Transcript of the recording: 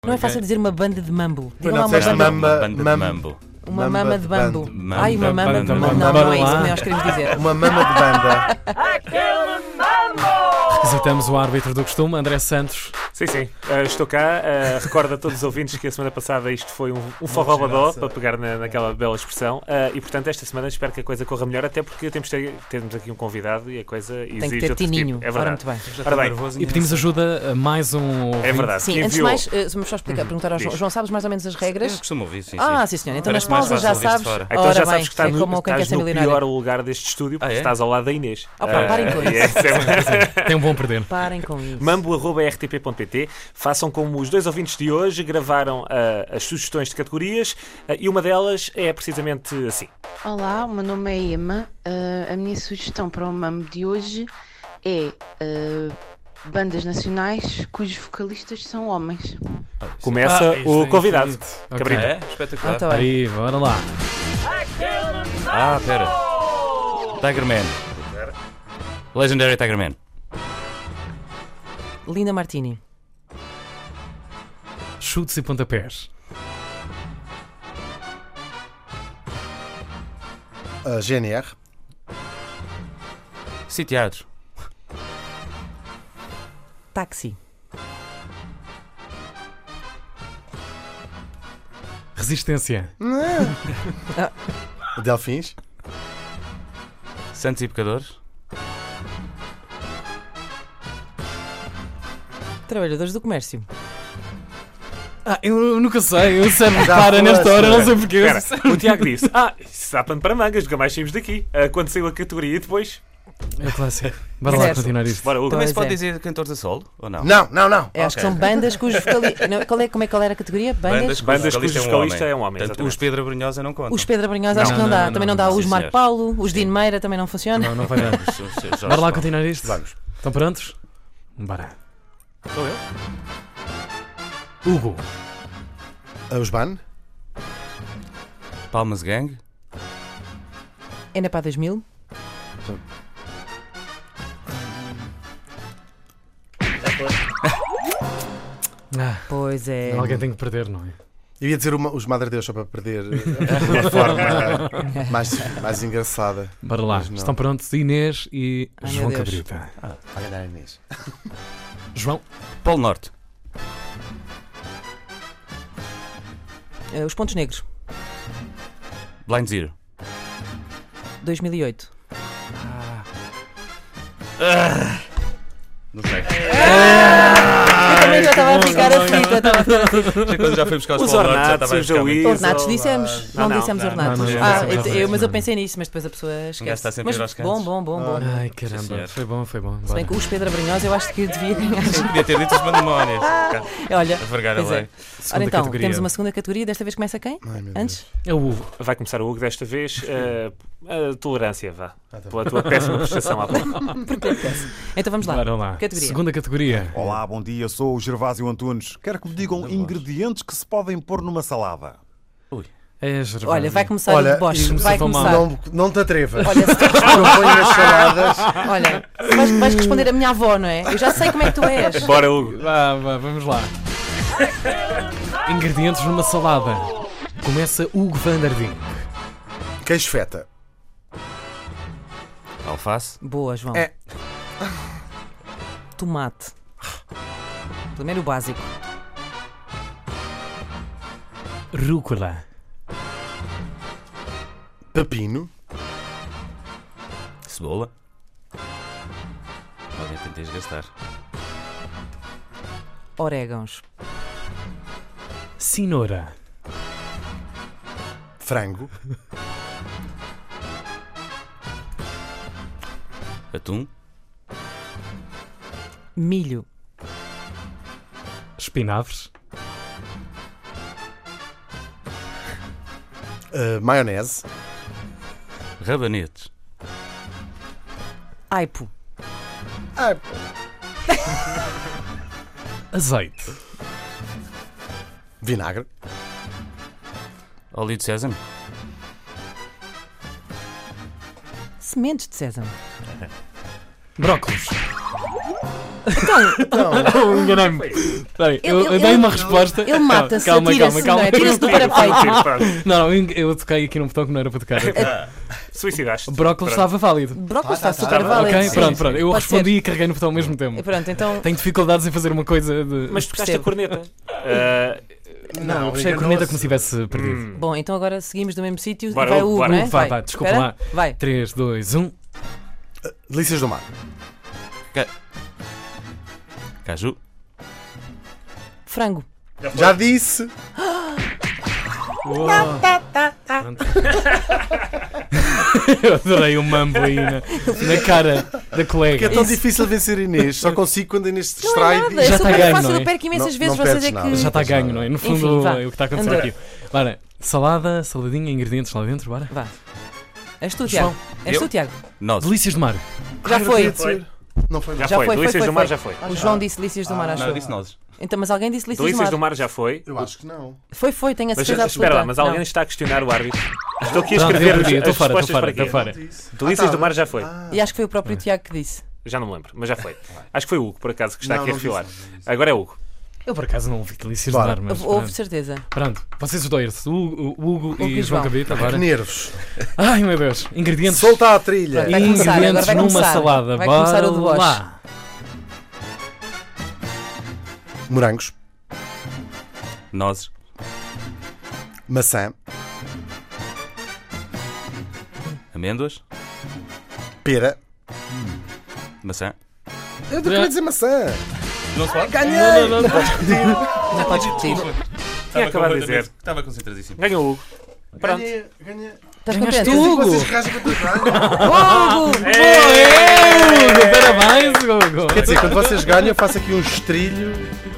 Não é fácil dizer uma banda de mambo. Pois Digam lá não, uma disseste banda. Banda de mambo. Uma mama de bambu. Mamba. Ai, uma mama de Mamba. bambu. Não, não é isso que nós queremos dizer. Uma mama de banda. Requisitamos o árbitro do costume, André Santos. Sim, sim. Estou cá. Recordo a todos os ouvintes que a semana passada isto foi um forró-badó, para pegar naquela bela expressão. E, portanto, esta semana espero que a coisa corra melhor, até porque temos aqui um convidado e a coisa exige Tem que ter outro tininho. tipo. É Ora, verdade. muito bem. Ora bem, E pedimos ajuda a mais um ouvinte. é verdade. Sim, Quem antes de enviou- mais, vamos só explicar, perguntar ao João. Diz. João, sabes mais ou menos as Eu regras? costumo ouvir, sim. Sim, senhor. Então nas Parece mais pausas já fácil ouvir-se sabes. fora. Então Ora já bem, sabes que estás é como quem quer estás ser no milionário. pior lugar deste estúdio, porque Ah, é? estás ao lado da Inês. Ah, pá, parem com isso. Tem um bom perder. Parem com isso. mambo@rtp.pt. Façam como os dois ouvintes de hoje, gravaram as sugestões de categorias e uma delas é precisamente assim. Olá, o meu nome é Emma. A minha sugestão para o MAM de hoje é bandas nacionais cujos vocalistas são homens. Começa o convidado. Ok. Cabrita. É? Espetacular. tá bem. Aí, bora lá. Pera. Tiger Man. Legendary Tiger Man. Linda Martini. Chutes e pontapés. A GNR. Sitiados. Táxi. Resistência. Delfins. Santos e Pecadores. Trabalhadores do comércio. Eu nunca sei. Eu sempre Já para foste, nesta hora, não sei porquê. Espera, o Tiago disse: isso dá pano para mangas, nunca mais saímos daqui. Quando saiu a categoria e depois. É o clássico. Bora lá Certo. continuar isto. Bora, Hugo. Também se Pois pode é. dizer cantores a solo, ou não? Não. Acho que Ok. são bandas cujos vocalistas. Qual era a categoria? Bandas? Bandas cujo cujo vocalista é um homem, Portanto, exatamente. os Pedro Brunhosa não contam. Os Pedro Brunhosa acho que não dá. Também não dá os sim, Marco senhor. Paulo, os Dino Meira também não funciona. Não vai dar. Jorge Bora lá Paulo. continuar isto. Vamos. Estão prontos? Bora. Sou eu? Hugo. Os BAN. Palmas Gang. É na pá 2000. Pois é. Alguém tem que perder, não é? Eu ia dizer os Madre Deus só para perder de uma forma mais engraçada. Bora lá. Mas não. Estão prontos? Inês e Ai, João meu Deus. Cabrita. Vai ganhar a Inês. João. Polo Norte. Os Pontos Negros. Blind Zero. 2008. Não sei. Eu também já estava a ficar aflita. Quando já foi buscar os Os Polo Norte, já Ornatos, estava a os ficar muito- Juízes. Ornatos dissemos. Não dissemos Ornatos. não, Mas eu pensei nisso, mas depois a pessoa esquece. está sempre Mas a ir aos cantos. bom. Ai, Sim, caramba. senhor. Foi bom. Se bem Bora. que os Pedro Brunhosa eu acho que devia ganhar. Podia ter dito os pandemónios. Olha, A vergar pois é. bem. Ora Segunda então, categoria. temos uma segunda categoria. Desta vez começa quem? Ai, meu Antes? É o Hugo. Vai começar o Hugo desta vez. A tolerância, vá. tá Pela tua péssima prestação à bola. Então vamos lá. Bora lá. Categoria. Segunda categoria. Olá, bom dia, sou o Gervásio Antunes. Quero que me digam ingredientes que se podem pôr numa salada. É Gervásio. Olha, vai começar Olha, o deboche. isso Vai tão mal. começar. Não te atrevas. Olha, se tu Não ponhas saladas. Olha, vais responder a minha avó, não é? Eu já sei como é que tu és. Bora, Hugo. Vamos lá. Ingredientes numa salada. Começa Hugo van der Ding. Queijo feta. Alface. Boa, João. É. Tomate. Primeiro o básico. Rúcula. Pepino. Cebola. Podem tentar desgastar. Orégãos. Cenoura. Frango. Atum. Milho. Espinafres. Maionese. Rabanetes. Aipo. Azeite. Vinagre. Óleo de sésamo. Sementes de sésamo. Brócolos. Então, Enganei-me. Espera aí, eu dei uma resposta. Ele mata-se, Calma, atira-se, calma, não é? calma. Tira-se do parapeito. Não, eu toquei aqui num botão que não era para tocar. Suicidaste. O brócolis Pronto. estava válido. Brócolis está Estava. super válido. Ok, sim. pronto. Eu Pode respondi ser. e carreguei no botão ao mesmo tempo. Pronto, então. Tenho dificuldades em fazer uma coisa de. Mas tocaste a Percebo. corneta. Não, eu puxei a corneta como se tivesse perdido. Bom, então agora seguimos do mesmo sítio e Bora, vai o Hugo, bora. não é? Vai, desculpa Espera. lá. Vai. 3, 2, 1. Delícias do mar. Caju. Frango. Já disse. Pronto. Eu adorei o mambo aí na cara da Porque é colega. tão difícil vencer a Inês. Só consigo quando a Inês se Não distrai. é nada, e é Já diz, está super ganho, fácil. não é? Eu perco imensas Não- vezes, não vocês é perdes que. nada. Já está ganho, não é? No fundo, Enfim, vá. é o que está a acontecer Anda. aqui. Bora, salada, saladinha, ingredientes lá dentro, bora. Vá. És tu, Tiago. És tu, Tiago. Nozes. Delícias do mar. Já foi. Não foi Já nada. Já foi. foi, Delícias foi, do mar foi. já foi. O João disse delícias do mar, acho Não, eu eu. disse nozes. Então, mas alguém disse delícias Delícias do do mar. mar já foi. Eu acho que não. Foi, tenho a Mas certeza absoluta. espera lá, mas alguém Não. está a questionar o árbitro. Estou aqui a Pronto, escrever eu perdi, as estou fora, respostas para estou quê? fora. Delícias do mar já foi. E acho que foi o próprio Tiago que disse. Já não me lembro, mas já foi. Acho que foi o Hugo, por acaso, que está Não, aqui a não disse, refilar. não disse. Agora é Hugo. Eu por acaso não ouvi delícias Bora. do mar, mas. Houve Pronto. certeza. Pronto, vocês os dois, o Hugo e e o João João. Cabita, Que agora. nervos. Ai meu Deus, ingredientes. Solta a trilha. Vai começar, agora Ingredientes vai numa começar. salada. Vai começar o Bora deboche. lá. Morangos. Nozes. Maçã. Amêndoas. Pera. Maçã. Eu queria dizer maçã. Não se pode? Ganhei. Não. Não podes repetir. Tinha acabado de dizer. Estava concentradíssimo. Ganhou o Hugo. Pronto. Ganhei. Estás Ganhaste contente? tu, Hugo. Vocês reagem quando eu ganho. Hugo! Hugo, parabéns, Hugo. Quer dizer, quando vocês ganham, eu faço aqui um estrilho.